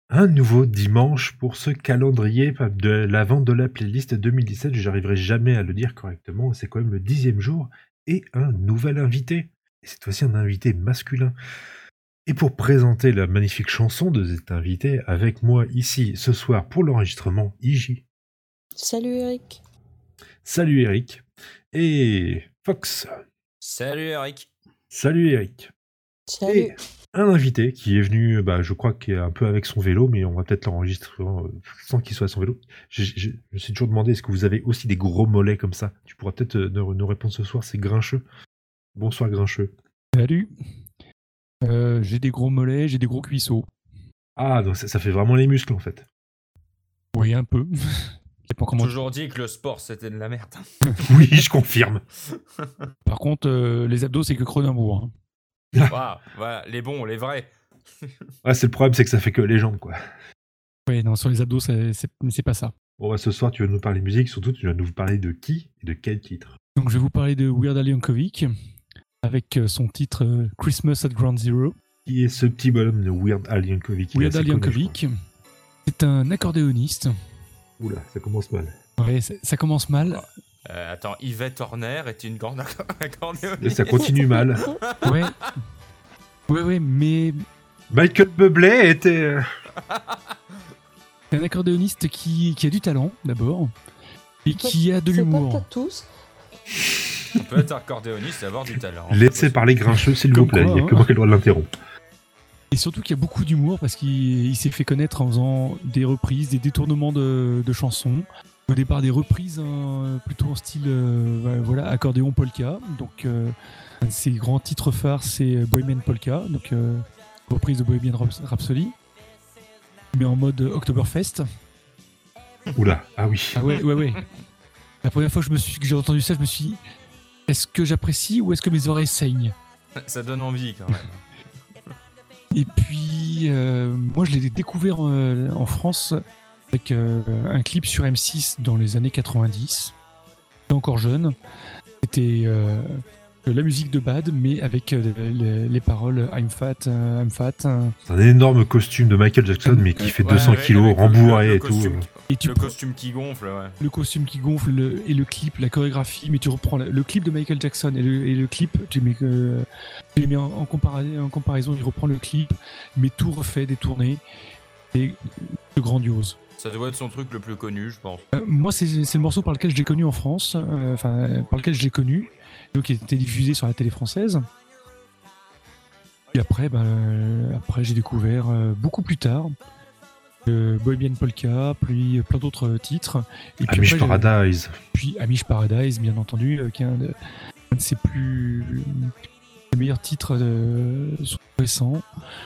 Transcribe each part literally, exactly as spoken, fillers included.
Un nouveau dimanche pour ce calendrier de la vente de la playlist deux mille dix-sept. J'arriverai jamais à le dire correctement. C'est quand même le dixième jour et un nouvel invité. Et cette fois-ci, un invité masculin. Et pour présenter la magnifique chanson de cet invité, avec moi ici ce soir pour l'enregistrement, I J. Salut Eric. Salut Eric. Et Fox. Salut Eric. Salut Eric. Salut. Et un invité qui est venu, bah, je crois qu'il est un peu avec son vélo, mais on va peut-être l'enregistrer euh, sans qu'il soit à son vélo. Je, je, je me suis toujours demandé, est-ce que vous avez aussi des gros mollets comme ça? Tu pourras peut-être euh, nous, nous répondre ce soir, c'est Grincheux. Bonsoir Grincheux. Salut. Euh, j'ai des gros mollets, j'ai des gros cuisseaux. Ah, donc ça, ça fait vraiment les muscles en fait. Oui, un peu. Pas comment toujours dit que le sport c'était de la merde. Oui, je confirme. Par contre, euh, les abdos, c'est que Cronenbourg. Hein. Wow, voilà, les bons, les vrais. Ouais, c'est le problème, c'est que ça fait que les jambes, quoi. Oui, non, sur les abdos, c'est, c'est, c'est pas ça. Bon, bah, ce soir, tu vas nous parler musique, surtout, tu vas nous parler de qui et de quel titre? Donc, je vais vous parler de Weird Al Yankovic, avec son titre euh, Christmas at Ground Zero. Qui est ce petit bonhomme de Weird Al Yankovic? Weird Al Yankovic, c'est un accordéoniste. Oula, ça commence mal. Ouais, ça, ça commence mal. Euh, attends, Yvette Horner est une grande accordéoniste. Et ça continue mal. Ouais. Ouais, ouais, mais... Michael Bublé était... C'est un accordéoniste qui, qui a du talent, d'abord, et qui a de C'est l'humour. pas pour tous. On peut être accordéoniste et avoir du talent. Laissez parler Grincheux, s'il vous plaît, il n'y a que moi qui ai le droit de l'interrompre. Et surtout qu'il y a beaucoup d'humour parce qu'il il s'est fait connaître en faisant des reprises, des détournements de, de chansons. Au départ, des reprises hein, plutôt en style euh, voilà, accordéon polka. Donc, euh, un de ses grands titres phares, c'est Bohemian Polka, donc euh, reprise de Bohemian Rhapsody, mais en mode Oktoberfest. Oula, ah oui. Ah ouais, ouais, ouais. La première fois que, je me suis, que j'ai entendu ça, je me suis dit, est-ce que j'apprécie ou est-ce que mes oreilles saignent? Ça donne envie quand même. Et puis, euh, moi, je l'ai découvert euh, en France avec euh, un clip sur M six dans les années quatre-vingt-dix. J'étais encore jeune. C'était euh, la musique de Bad, mais avec euh, les, les paroles I'm fat, uh, I'm fat. Uh. C'est un énorme costume de Michael Jackson, mais qui fait ouais, deux cents kilos, rembourré et tout. Et tu le prends, costume qui gonfle, ouais. Le costume qui gonfle le, et le clip, la chorégraphie, mais tu reprends le, le clip de Michael Jackson et le, et le clip, tu mets, euh, tu les mets en, en, compara- en comparaison, il reprend le clip, mais tout refait, détourné, et c'est grandiose. Ça doit être son truc le plus connu, je pense. Euh, moi, c'est, c'est le morceau par lequel je l'ai connu en France, enfin, euh, par lequel je l'ai connu, donc qui était diffusé sur la télé française. Et après, bah, euh, après j'ai découvert euh, beaucoup plus tard. Euh, Bohemian Polka, puis plein d'autres titres. Et puis Amish après, Paradise. Puis Amish Paradise, bien entendu, euh, qui est un de, un de ses plus des meilleurs titres euh, récents.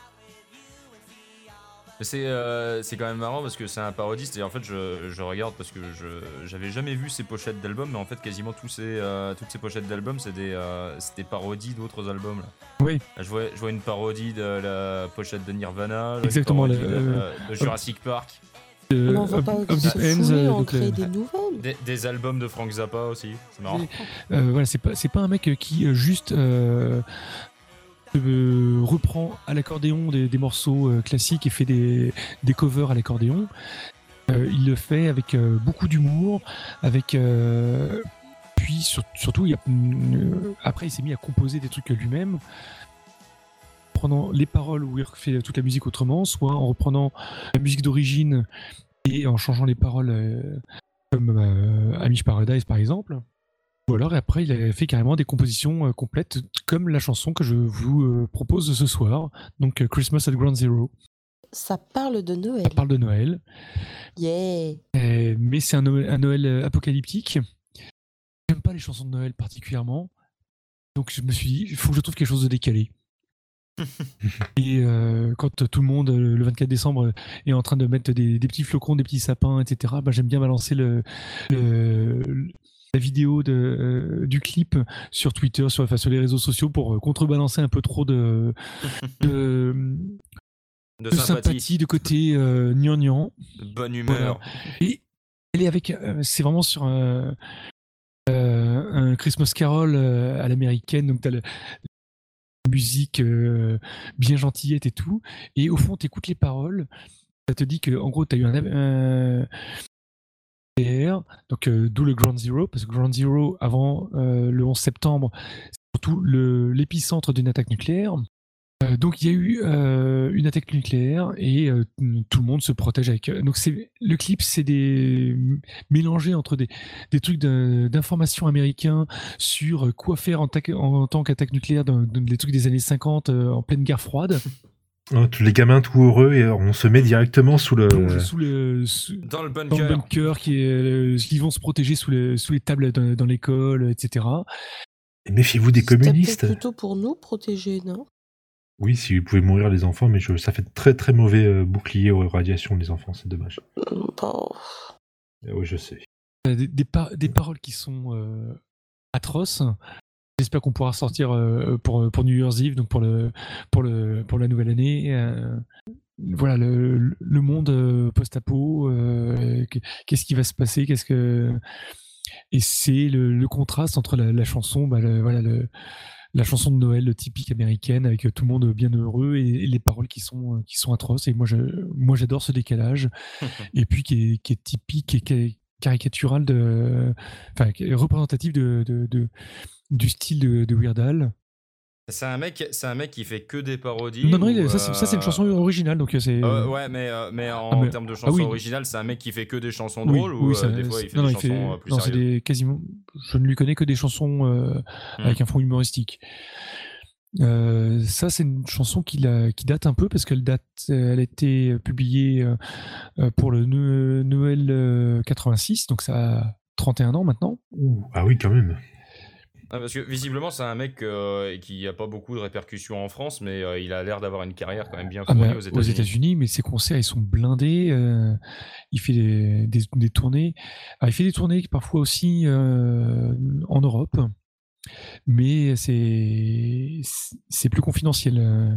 C'est, euh, c'est quand même marrant parce que c'est un parodiste et en fait je, je regarde parce que je j'avais jamais vu ses pochettes d'albums, mais en fait quasiment tous ces, euh, toutes ces pochettes d'albums c'est des, euh, c'est des parodies d'autres albums là. Oui. Là, je, vois, je vois une parodie de la pochette de Nirvana, exactement, une le, de, euh, de Jurassic euh, Park. Euh, on va pas of, se fouler, euh, on crée des nouvelles. Des, des albums de Frank Zappa aussi, c'est marrant. Euh, voilà, c'est pas, c'est pas un mec qui euh, juste euh, euh, reprend à l'accordéon des, des morceaux euh, classiques et fait des, des covers à l'accordéon. Euh, il le fait avec euh, beaucoup d'humour, avec euh, puis sur, surtout il a, euh, après il s'est mis à composer des trucs lui-même, prenant les paroles où il refait toute la musique autrement, soit en reprenant la musique d'origine et en changeant les paroles euh, comme euh, Amish Paradise par exemple. Ou alors après il a fait carrément des compositions euh, complètes comme la chanson que je vous euh, propose ce soir, donc euh, Christmas at Ground Zero. Ça parle de Noël. Ça parle de Noël. Yeah. Euh, mais c'est un Noël, un Noël apocalyptique. J'aime pas les chansons de Noël particulièrement. Donc je me suis dit, il faut que je trouve quelque chose de décalé. Et euh, quand tout le monde, le vingt-quatre décembre, est en train de mettre des, des petits flocons, des petits sapins, et cetera, bah, j'aime bien balancer le, le, la vidéo de, euh, du clip sur Twitter, sur, enfin, sur les réseaux sociaux pour contrebalancer un peu trop de... de De, de sympathie. sympathie, de côté euh, gnangnan. De bonne humeur. Voilà. Et elle est avec, euh, c'est vraiment sur un, euh, un Christmas Carol euh, à l'américaine, donc t'as le, la musique euh, bien gentillette et tout, et au fond t'écoutes les paroles, ça te dit que en gros, tu as eu un, un donc euh, d'où le Ground Zero, parce que Ground Zero, avant euh, le onze septembre, c'est surtout le, l'épicentre d'une attaque nucléaire. Euh, donc il y a eu euh, une attaque nucléaire et euh, tout le monde se protège avec. Donc c'est le clip, c'est des mélangé entre des, des trucs de, d'informations américains sur quoi faire en, ta- en tant qu'attaque nucléaire dans, dans les trucs des années cinquante euh, en pleine guerre froide. Oh, tous les gamins tout heureux et on se met directement sous le Plonge sous le sous, Dans le bunker. dans le bunker qui est, euh, qui vont se protéger sous, le, sous les tables dans, dans l'école, et cetera. Et méfiez-vous des C'était communistes. peut-être plutôt pour nous protéger, non? Oui, si vous pouvez mourir les enfants, mais je, ça fait très très mauvais euh, bouclier aux radiations les enfants, c'est dommage. Bon. Euh, oui, je sais. Des, des, par- des paroles qui sont euh, atroces. J'espère qu'on pourra sortir euh, pour, pour New Year's Eve, donc pour, le, pour, le, pour la nouvelle année. Euh, voilà, le, le monde euh, post-apo, euh, qu'est-ce qui va se passer, qu'est-ce que... Et c'est le, le contraste entre la, la chanson, bah, le, voilà, le, la chanson de Noël typique américaine, avec tout le monde bien heureux, et, et les paroles qui sont, qui sont atroces. Et moi, je, moi j'adore ce décalage, et puis qui est, qui est typique et qui est caricatural, de, enfin, qui est représentatif de... de, de du style de, de Weird Al. C'est un mec, c'est un mec qui fait que des parodies. Non, non, ou, ça, c'est, ça c'est une chanson euh, originale, donc c'est. Euh, ouais, mais, euh, mais en Ah, mais- termes de ah chansons oui. originales, c'est un mec qui fait que des chansons Oui, drôles ou oui, euh, ça- des fois il fait non, des non, il chansons fait- euh, plus non, c'est sérieuses. des quasiment. Je ne lui connais que des chansons euh, avec un fond humoristique. Euh, ça, c'est une chanson qui, a- qui date un peu parce qu'elle date, elle a été publiée euh, euh, pour le No- Noël euh, quatre-vingt-six, donc ça a trente et un ans maintenant. Ouh, ah oui, quand même. Ah, parce que visiblement, c'est un mec euh, qui a pas beaucoup de répercussions en France, mais euh, il a l'air d'avoir une carrière quand même bien Ah fournie bah, aux aux États-Unis. États-Unis, mais ses concerts, ils sont blindés. euh, il fait des, des, des tournées. Ah, il fait des tournées parfois aussi euh, en Europe, mais c'est c'est plus confidentiel. euh.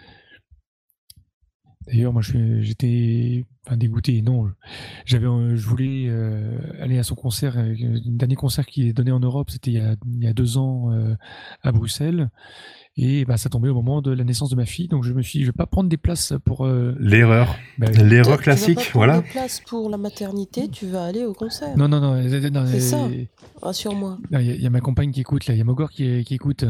D'ailleurs, moi, je suis- j'étais enfin, dégoûté. Non, j'avais, euh, je voulais euh, aller à son concert. euh, Le dernier concert qu'il a donné en Europe, c'était il y a, il y a deux ans euh, à Bruxelles. Et bah, ça tombait au moment de la naissance de ma fille. Donc, je me suis dit, je vais pas prendre des places pour. euh, L'erreur. bah, L'erreur Tu- classique, Tu vas pas prendre voilà. des places pour la maternité, tu vas aller au concert. Non, non, non. euh, non, C'est euh, ça. Rassure-moi. Il y, a- y a ma compagne qui écoute, là. Il y a Mogor qui, qui écoute.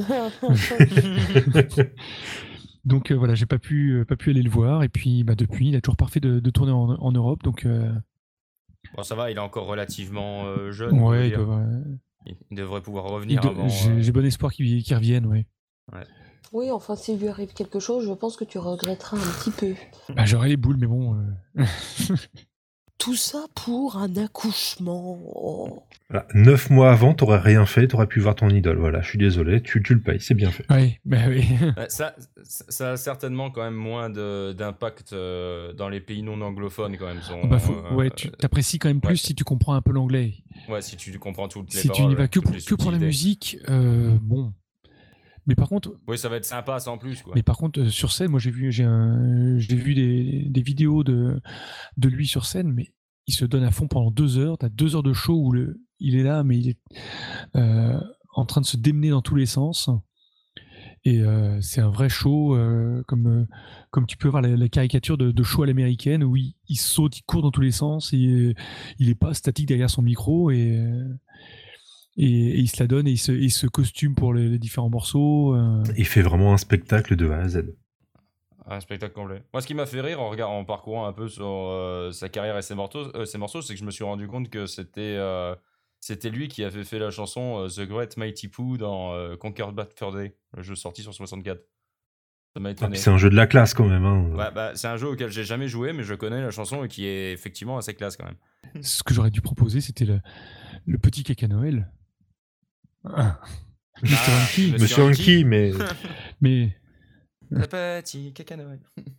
Donc euh, voilà, j'ai pas pu, euh, pas pu aller le voir. Et puis bah, depuis, il a toujours pas fait de, de tournée en, en Europe. Donc euh, Bon, ça va, il est encore relativement euh, jeune. on peut ouais, il, dire. doit, euh, Il- il devrait pouvoir il revenir doit- avant. j'ai, euh, j'ai bon espoir qu'il, qu'il revienne. Ouais. Oui, enfin, s'il lui arrive quelque chose, je pense que tu regretteras un petit peu. Bah, j'aurais les boules, mais bon. euh, Tout ça pour un accouchement. Oh. Voilà. Neuf mois avant, t'aurais rien fait, t'aurais pu voir ton idole. Voilà, je suis désolé, tu, tu le payes, c'est bien fait. Ouais, bah oui. Ouais, ça, ça ça a certainement quand même moins de- d'impact euh, dans les pays non anglophones quand même. Son, Ah bah, faut- euh, ouais, tu t'apprécies quand même plus ouais. si tu comprends un peu l'anglais. ouais, si tu comprends toutes les Si tu paroles, n'y vas que toutes pour, les que pour la subtilités. musique, euh, bon. Mais par contre, Oui, ça va être sympa sans plus quoi. mais par contre, euh, sur scène, moi j'ai vu, j'ai, un- j'ai vu des, des vidéos de, de lui sur scène, mais il se donne à fond pendant deux heures. T'as deux heures de show où le, il est là, mais il est euh, en train de se démener dans tous les sens. Et euh, c'est un vrai show, euh, comme, euh, comme tu peux voir la, la caricature de, de show à l'américaine, où il, il saute, il court dans tous les sens, et il est pas statique derrière son micro, et, euh, et, et il se la donne, et il se, il se costume pour les, les différents morceaux. euh. Il fait vraiment un spectacle de A à Z. Un spectacle complet. Moi, ce qui m'a fait rire en, regard- en parcourant un peu sur euh, sa carrière et ses morceaux, euh, ses morceaux, c'est que je me suis rendu compte que c'était euh, c'était lui qui avait fait la chanson euh, The Great Mighty Pooh dans euh, Conquered Bad Fur Day, le jeu sorti sur soixante-quatre. Ça m'a Ah, étonné. puis c'est un jeu de la classe quand même. Hein. Ouais, bah, c'est un jeu auquel j'ai jamais joué, mais je connais la chanson et qui est effectivement assez classe quand même. Ce que j'aurais dû proposer, c'était le, le petit caca Noël. Ah. mister Ah, Hunky. Monsieur Monsieur Hunky. Hunky, mais Mais Le petit caca Noël.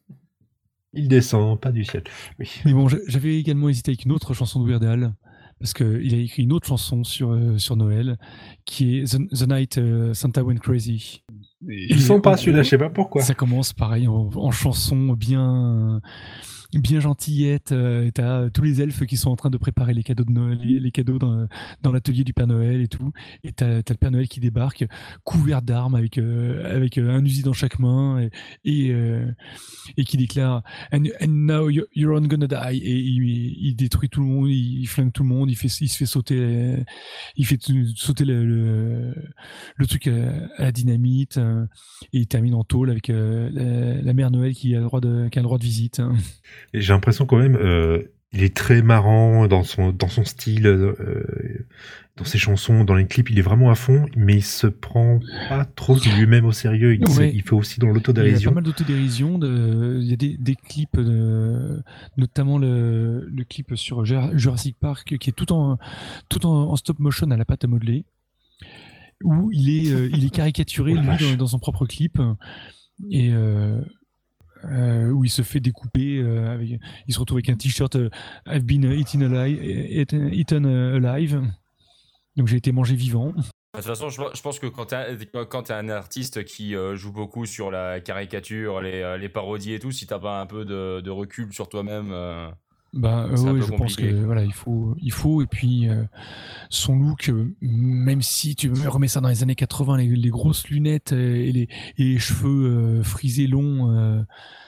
il descend, pas du ciel. Oui. Mais bon, j'a- j'avais également hésité avec une autre chanson de Weird Al, parce qu'il a écrit une autre chanson sur, euh, sur Noël, qui est The, The Night euh, Santa Went Crazy. Ils sont en pas gros, celui-là, je sais pas pourquoi. Ça commence pareil en, en chanson bien, bien gentillette. Euh, et t'as tous les elfes qui sont en train de préparer les cadeaux de Noël, les, les cadeaux dans, dans l'atelier du Père Noël et tout. Et t'as, t'as le Père Noël qui débarque, couvert d'armes avec euh, avec euh, un fusil dans chaque main et et, euh, et qui déclare and, and now you're, you're all gonna die. Et il, il détruit tout le monde, il, il flingue tout le monde, il fait il se fait sauter, les- il fait tout- sauter le, le, le truc à, à la dynamite. euh, et il termine en tôle avec euh, la, la mère Noël qui a le droit de, qui a le droit de visite. hein. Et j'ai l'impression quand même, euh, il est très marrant dans son, dans son style, euh, dans ses chansons, dans les clips, il est vraiment à fond, mais il se prend pas trop lui-même au sérieux. Il, se- Ouais. il fait aussi dans Il y a pas l'autodérision. mal d'autodérision. De... Il y a des, des clips, de... notamment le, le clip sur Jura- Jurassic Park, qui est tout en, tout en, en stop motion à la pâte à modeler, où il est, euh, il est caricaturé, Oh la lui, vache. dans, dans son propre clip, et euh, euh, où il se fait découper. euh, avec... Il se retrouve avec un t-shirt euh, I've been eaten alive, eaten, eaten alive. Donc j'ai été mangé vivant. De toute façon, je, je pense que quand t'es quand t'es un artiste qui euh, joue beaucoup sur la caricature, les, euh, les parodies et tout, si t'as pas un peu de, de recul sur toi-même, euh, Bah euh, c'est un ouais, peu je pense compliqué. que voilà, il faut, il faut. Et puis euh, son look, euh, même si tu me remets ça dans les années quatre-vingts, les, les grosses lunettes euh, et les, et les cheveux euh, frisés longs, euh,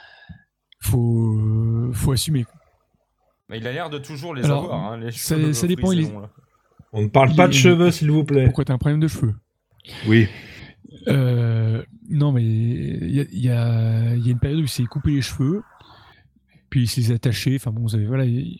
faut, euh, faut assumer. Mais il a l'air de toujours les Alors, avoir, hein, les ça, cheveux ça dépend. frisés Il est, longs, là. On ne parle il pas est- de cheveux, s'il vous plaît. Pourquoi t'as un problème de cheveux? Oui. Euh, non, mais il y a, il y, a, il y a une période où il s'est coupé les cheveux, puis il se les a attachés. Enfin bon, vous savez, voilà, il,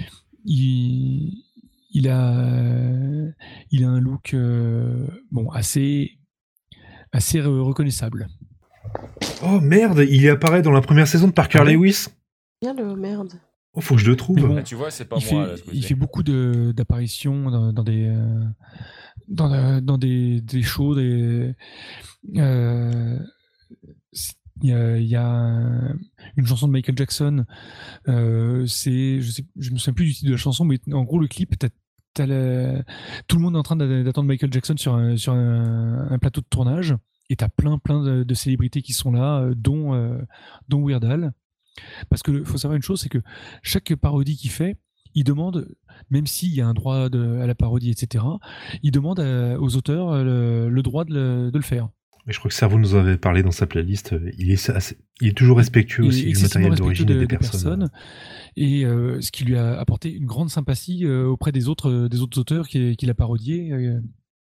il, il a, il a un look euh, bon assez, assez re- reconnaissable. Oh merde, il y apparaît dans la première saison de Parker Ah bon Lewis. Bien le merde. Oh, faut que je le trouve. Mais bon, Ah, tu vois, c'est pas il, moi, fait, là, ce il coup-ci. fait beaucoup de, d'apparitions dans, dans des, euh, dans, la- dans des, des shows, des, euh, c'est- il y a, il y a un- une chanson de Michael Jackson. Euh, c'est, je sais, je me souviens plus du titre de la chanson, mais en gros le clip, t'as, t'as la- tout le monde est en train d'a- d'attendre Michael Jackson sur un, sur un, un plateau de tournage, et t'as plein plein de, de célébrités qui sont là, euh, dont euh, dont Weird Al. Parce que faut savoir une chose, c'est que chaque parodie qu'il fait, il demande, même s'il y a un droit de- à la parodie, et cetera, il demande à- aux auteurs euh, le, le droit de le, de le faire. Mais je crois que Servo nous en avait parlé dans sa playlist. Il est, assez- il est toujours respectueux Il aussi est du excessivement matériel respectueux d'origine et de- des des personnes. personnes, et euh, ce qui lui a apporté une grande sympathie euh, auprès des autres, des autres auteurs qu'il qu'il a parodiés. euh.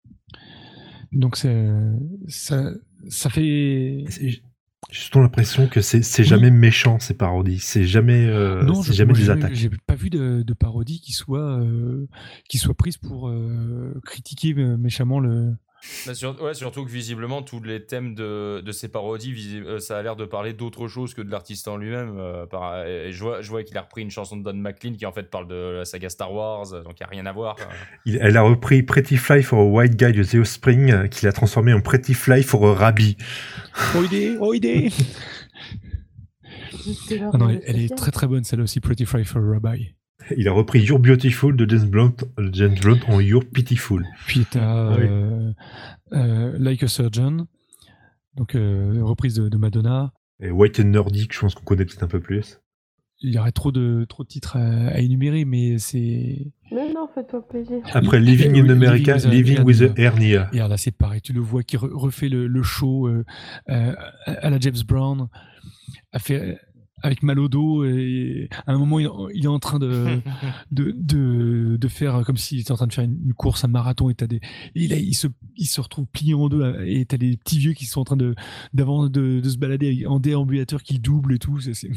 Donc c'est, ça, ça fait... C'est- J'ai surtout l'impression que c'est c'est Oui. jamais méchant ces parodies. C'est jamais, euh, Non, c'est je, jamais moi, des j'ai, attaques. j'ai pas vu de, de parodie qui soit, euh, qui soit prise pour euh, critiquer euh, méchamment le... Bah, sur- ouais, surtout que visiblement, tous les thèmes de, de ces parodies, visi- euh, ça a l'air de parler d'autre chose que de l'artiste en lui-même. euh, par- et je vois, je vois qu'il a repris une chanson de Don McLean qui en fait parle de la saga Star Wars, euh, donc il n'y a rien à voir. quoi. Il- elle a repris Pretty Fly for a White Guy de The Offspring, euh, qu'il a transformé en Pretty Fly for a Rabbi. Oh idée, oh idée. C'était leur Ah non, nom elle, elle est spécial. très très bonne celle aussi, Pretty Fly for a Rabbi. Il a repris You're Beautiful de James Blunt, euh, James Blunt en You're Pitiful. Puis t'as Ah oui. euh, euh, Like a Surgeon, donc euh, reprise de, de Madonna. Et White and Nordic, je pense qu'on connaît peut-être un peu plus. Il y aurait trop de, trop de titres à, à énumérer, mais c'est... Mais non, fais-toi plaisir. Après Living in Oui, America, Living with a Living with a Hernia. Hernia. Et alors là, c'est pareil, tu le vois qui re- refait le, le show euh, euh, à à la James Brown, a fait, avec mal au dos, et à un moment, il, il est en train de, de, de, de faire comme s'il était en train de faire une, une course, un marathon, et, t'as des, et là, il se, il se retrouve plié en deux, et t'as des petits vieux qui sont en train de, d'avant de, de se balader en déambulateur qui le double et tout. C'est, c'est...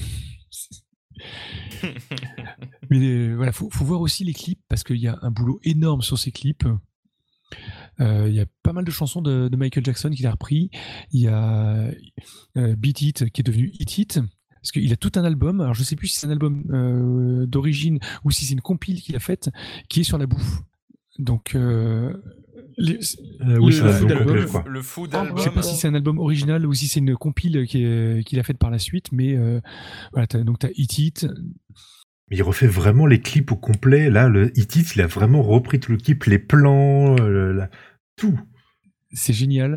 Mais euh, voilà, faut, faut voir aussi les clips, parce qu'il y a un boulot énorme sur ces clips. Euh, Il y a pas mal de chansons de, de Michael Jackson qu'il a repris. Il y a euh, Beat It qui est devenu Hit It, parce qu'il a tout un album. Alors je sais plus si c'est un album euh, d'origine ou si c'est une compile qu'il a faite qui est sur la bouffe. Donc euh, les- Euh, oui, Le- c'est le un food album album, complet, le, je crois. le food Ah, album. je sais pas si c'est un album original ou si c'est une compile qui est- qu'il a faite par la suite, mais euh, voilà, t'as, donc t'as Hit It. Mais il refait vraiment les clips au complet. Là, le Hit It, il a vraiment repris tout le clip, les plans, euh, la- tout. C'est génial.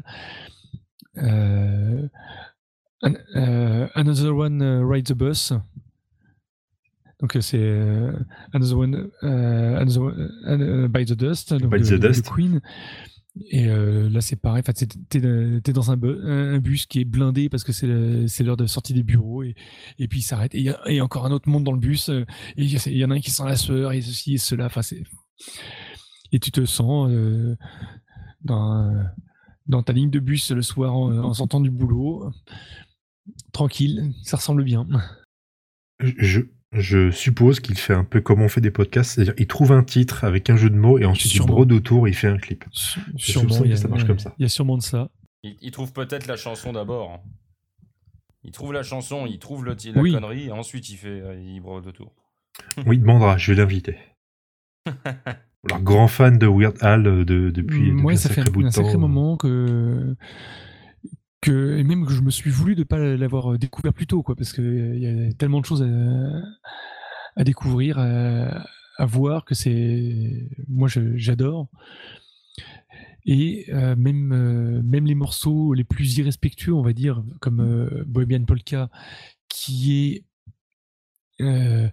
Euh, an- euh, Another One uh, Ride the Bus. Donc c'est euh, Another One, euh, Another One, uh, By the Dust, donc By de, the de- de Dust. Queen. Et euh, là c'est pareil, enfin, t'es, t'es, t'es dans un, bu- un bus qui est blindé parce que c'est, le- c'est l'heure de sortie des bureaux et, et puis il s'arrête et il y, a- et encore un autre monde dans le bus euh, et il y, a- il y en a un qui sent la sueur et ceci et cela. Enfin, c'est... Et tu te sens euh, dans, dans ta ligne de bus le soir en, en sortant du boulot, tranquille, ça ressemble bien. Je, je suppose qu'il fait un peu comme on fait des podcasts, c'est-à-dire il trouve un titre avec un jeu de mots et ensuite Sûrement. il brode autour et il fait un clip. Sû- Je Sûrement, soupçonne il y, que a, ça marche comme ça. il y a sûrement de ça. Il, il trouve peut-être la chanson d'abord. Il trouve la chanson, il trouve le, ti- la Oui. connerie, et ensuite il fait, euh, il brode autour. Oui, il demandera, je vais l'inviter. Alors, grand fan de Weird Al euh, de, depuis, depuis Ouais, un ça fait sacré un, bout de un temps. sacré moment que, que et même que je me suis voulu de pas l'avoir découvert plus tôt, quoi, parce que il y a tellement de choses à, à découvrir, à, à voir que c'est, moi, je- j'adore. Et euh, même euh, même les morceaux les plus irrespectueux, on va dire, comme euh, Bohemian Polka, qui est euh,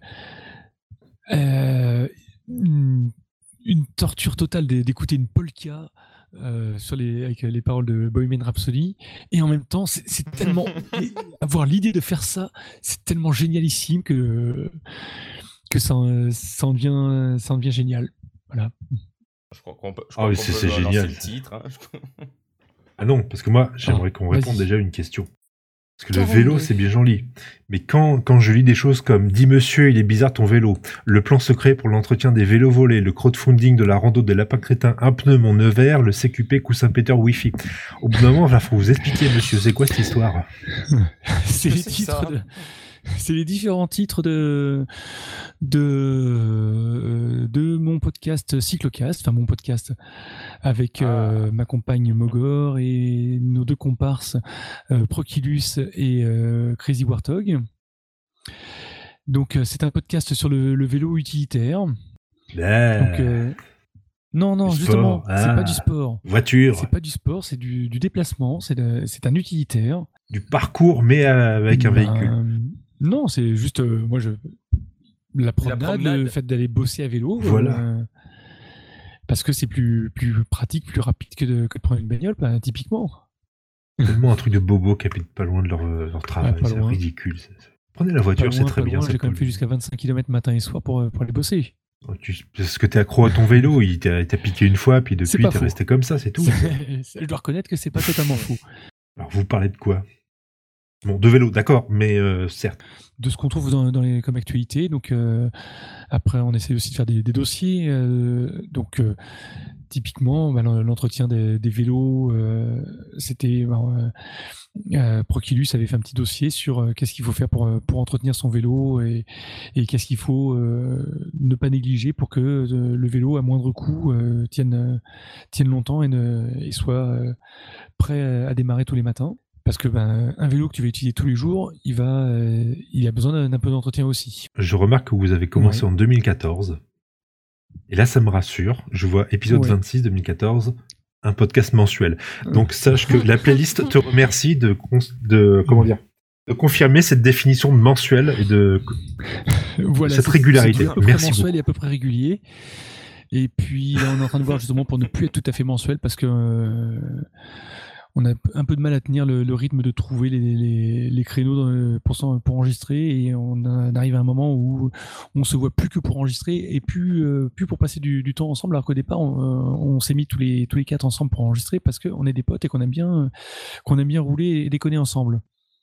euh, une, une torture totale d'é- d'écouter une polka euh, sur les, avec les paroles de Bohemian Rhapsody, et en même temps, c'est c'est tellement et avoir l'idée de faire ça, c'est tellement génialissime que que ça, en- ça en devient ça en devient génial. Voilà. Je crois qu'on peut, je Ah crois oui, qu'on c'est- peut c'est lancer génial, le ça. titre. hein. Ah non, parce que moi, j'aimerais Ah, qu'on vas-y. réponde déjà à une question. Parce que le quarante-deux. vélo, c'est bien joli. Mais quand, quand je lis des choses comme « Dis monsieur, il est bizarre ton vélo »,« Le plan secret pour l'entretien des vélos volés »,« Le crowdfunding de la rando des lapins crétins, un pneu, mon nœud vert, le C Q P coussin Peter Wi-Fi ». Au bout d'un moment, il faut vous expliquer, monsieur, c'est quoi cette histoire? C'est Que les c'est titres ça de, c'est les différents titres de de de mon podcast Cyclocast, enfin mon podcast avec euh, ma compagne Mogor et nos deux comparses euh, Proculus et euh, Crazy Warthog. Donc euh, c'est un podcast sur le, le vélo utilitaire. Ben, Donc euh, non non du justement sport, c'est ah, pas du sport. voiture, C'est pas du sport, c'est du, du déplacement, c'est de- c'est un utilitaire. du parcours, mais euh, avec un Ben, véhicule. Non, c'est juste, euh, moi, je, la promenade, promenade. le fait d'aller bosser à vélo. Voilà. euh, parce que c'est plus, plus pratique, plus rapide que de, que de prendre une bagnole, ben, typiquement. Tellement un truc de bobo qui habite pas loin de leur, euh, leur travail, pas c'est loin. ridicule. c'est- c'est- Prenez la Pas voiture, c'est loin, très pas bien. loin, ça j'ai quand même pollue. fait jusqu'à vingt-cinq kilomètres matin et soir pour, euh, pour aller bosser. Oh, tu- Parce que t'es accro à ton vélo, il t'a il t'a piqué une fois, puis C'est depuis pas t'es faux. resté comme ça, c'est tout. C'est- Je dois reconnaître que c'est pas totalement faux. Alors vous parlez de quoi? Bon, de vélo, d'accord, mais euh, certes. De ce qu'on trouve dans, dans les, comme actualité. Donc, euh, après, on essaie aussi de faire des, des dossiers. euh, donc, euh, typiquement, bah, l'entretien des, des vélos, euh, c'était. bah, euh, euh, Proculus avait fait un petit dossier sur euh, qu'est-ce qu'il faut faire pour, euh, pour entretenir son vélo et, et qu'est-ce qu'il faut euh, ne pas négliger pour que euh, le vélo, à moindre coût, euh, tienne, euh, tienne longtemps et, ne, et soit euh, prêt à démarrer tous les matins. Parce que ben, un vélo que tu vas utiliser tous les jours, il, va, euh, il a besoin d'un d'un peu d'entretien aussi. Je remarque que vous avez commencé Ouais. en deux mille quatorze. Et là, ça me rassure. Je vois épisode Ouais. vingt-six deux mille quatorze, un podcast mensuel. Donc sache que la playlist te remercie de, cons- de comment dire, de confirmer cette définition de mensuel et de Voilà, cette c'est- régularité. c'est à peu près Merci mensuel beaucoup. et à peu près régulier. Et puis là, on est en train de voir justement pour ne plus être tout à fait mensuel parce que euh, on a un peu de mal à tenir le, le rythme de trouver les, les, les créneaux dans- pour, s'en- pour enregistrer et on, a- on arrive à un moment où on se voit plus que pour enregistrer et plus, euh, plus pour passer du, du temps ensemble, alors qu'au départ on, euh, on s'est mis tous les, tous les quatre ensemble pour enregistrer parce qu'on est des potes et qu'on aime bien, qu'on aime bien rouler et déconner ensemble.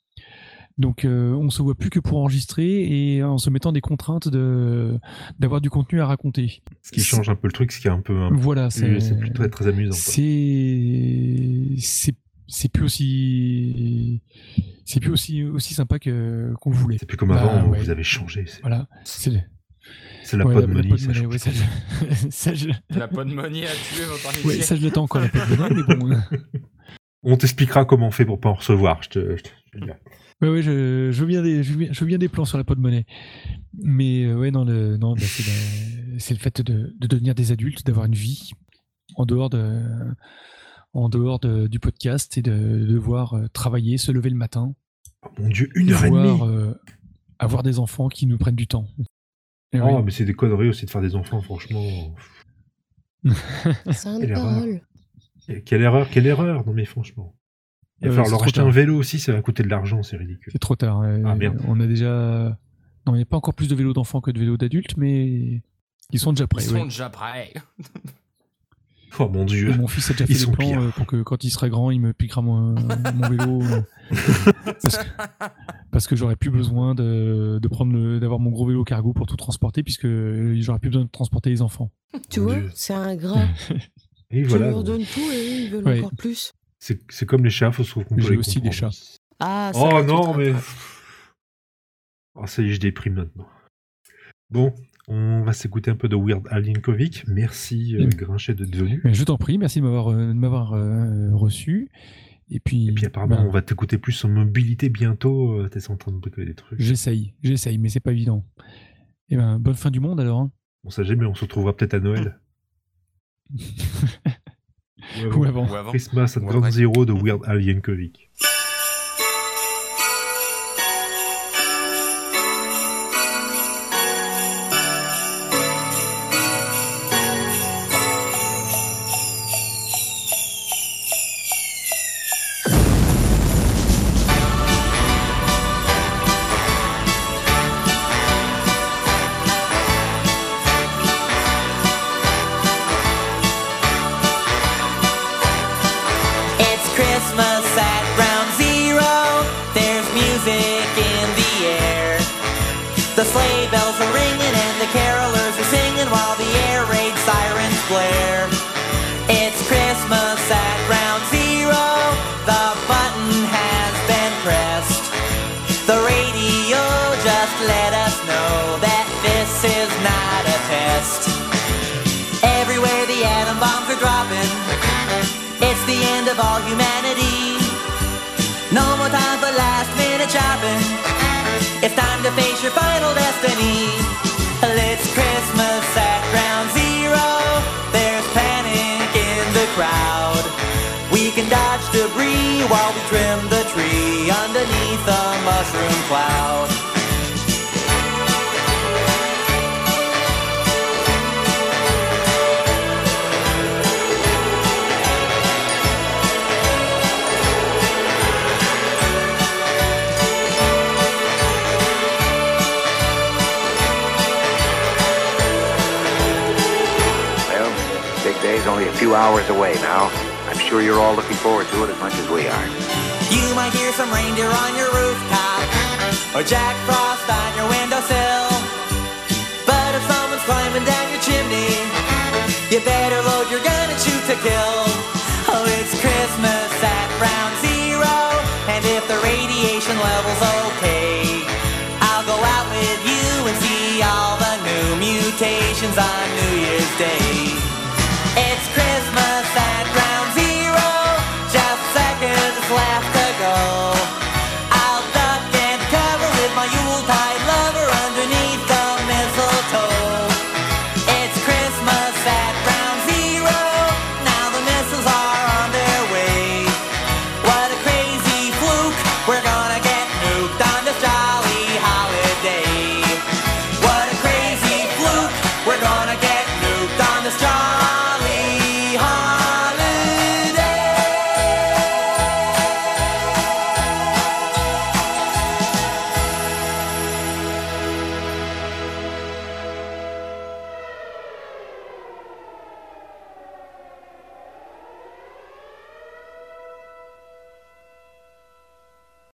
Donc euh, on se voit plus que pour enregistrer et en se mettant des contraintes de d'avoir du contenu à raconter. Ce qui change un peu le truc, ce qui est un peu, un peu Voilà, plus- c'est c'est plus très très amusant. quoi. c'est c'est c'est plus aussi c'est plus aussi aussi sympa que qu'on le voulait. C'est plus comme Bah, avant, où ouais. vous avez changé. C'est Voilà, c'est c'est la ouais, pod la- la money, pod ça money, change ouais, ça, tout. je- ça, je- La podmonie a tué votre amitié. ouais, ça je l'attends encore la pod money, mais bon. euh, On t'expliquera comment on fait pour pas en recevoir. Je te, je te- je te le dis. Ouais, ouais, je, je veux bien des, je veux bien, je veux bien des plans sur la pod monnaie. Mais euh, ouais, non, le, non, bah, c'est, la- c'est le fait de, de devenir des adultes, d'avoir une vie en dehors de, en dehors de- du podcast et de, de devoir euh, travailler, se lever le matin, Oh mon dieu, une heure et demie. devoir euh, avoir des enfants qui nous prennent du temps. Et Oh, oui. mais c'est des conneries aussi de faire des enfants, franchement. C'est un Quelle erreur. parole. Et Quelle erreur, quelle erreur. Non mais franchement. Il va Euh, falloir c'est leur trop acheter un tard. vélo aussi, ça va coûter de l'argent, c'est ridicule. C'est trop tard. euh, Ah, merde. On a déjà. Non, il n'y a pas encore plus de vélos d'enfants que de vélos d'adultes, mais ils sont déjà prêts. Ils sont ouais. déjà prêts. Oh mon dieu. Et mon fils a déjà Ils fait sont des plans pires. euh, pour que quand il sera grand, il me piquera mon, mon vélo. euh, parce que, parce que j'aurais plus besoin de, de prendre le- d'avoir mon gros vélo cargo pour tout transporter, puisque euh, j'aurais plus besoin de transporter les enfants. Tu Mon vois, Dieu. c'est ingrat. Et Tu voilà. leur donc, donnes tout et eux, ils veulent Ouais. encore plus. C'est c'est comme les chats, faut se qu'on peut J'ai les aussi des comprendre. chats. Ah, ça Oh va, tu non, te mais. rattrapes. Oh, ça y est, je déprime maintenant. Bon, on va s'écouter un peu de Weird Al Yankovic. Merci, euh, Mm. Grinchet, d'être venu. Mais je t'en prie, merci de m'avoir euh, de m'avoir euh, reçu. Et puis, Et puis apparemment, ben, on va t'écouter plus en mobilité bientôt. Euh, T'es en train de bricoler des trucs. j'essaye, j'essaye, mais c'est pas évident. Et ben, bonne fin du monde alors. Hein. On sait jamais, on se retrouvera peut-être à Noël. Ou avant. Ou avant. Ou avant. Christmas at Ou Ground après. Zero de Weird Al Yankovic. It's Christmas at Ground Zero. There's music in the air. The sleigh bells are ringing and the carolers are singing while the air raid sirens blare. It's Christmas at Ground Zero. The button has been pressed. The radio just let us know that this is not a test. Everywhere the atom bombs are dropping, it's the end of all humanity. No more time for last minute shopping. It's time to face your final destiny. It's Christmas at Ground Zero. There's panic in the crowd. We can dodge debris while we trim the tree underneath a mushroom cloud. Well, big day's only a few hours away now. I'm sure you're all looking forward to it as much as we are. You might hear some reindeer on your rooftop, or Jack Frost on your windowsill. But if someone's climbing down your chimney, you better load your gun and shoot to kill. Oh, it's Christmas at Ground Zero, and if the radiation level's okay, I'll go out with you and see all the new mutations on New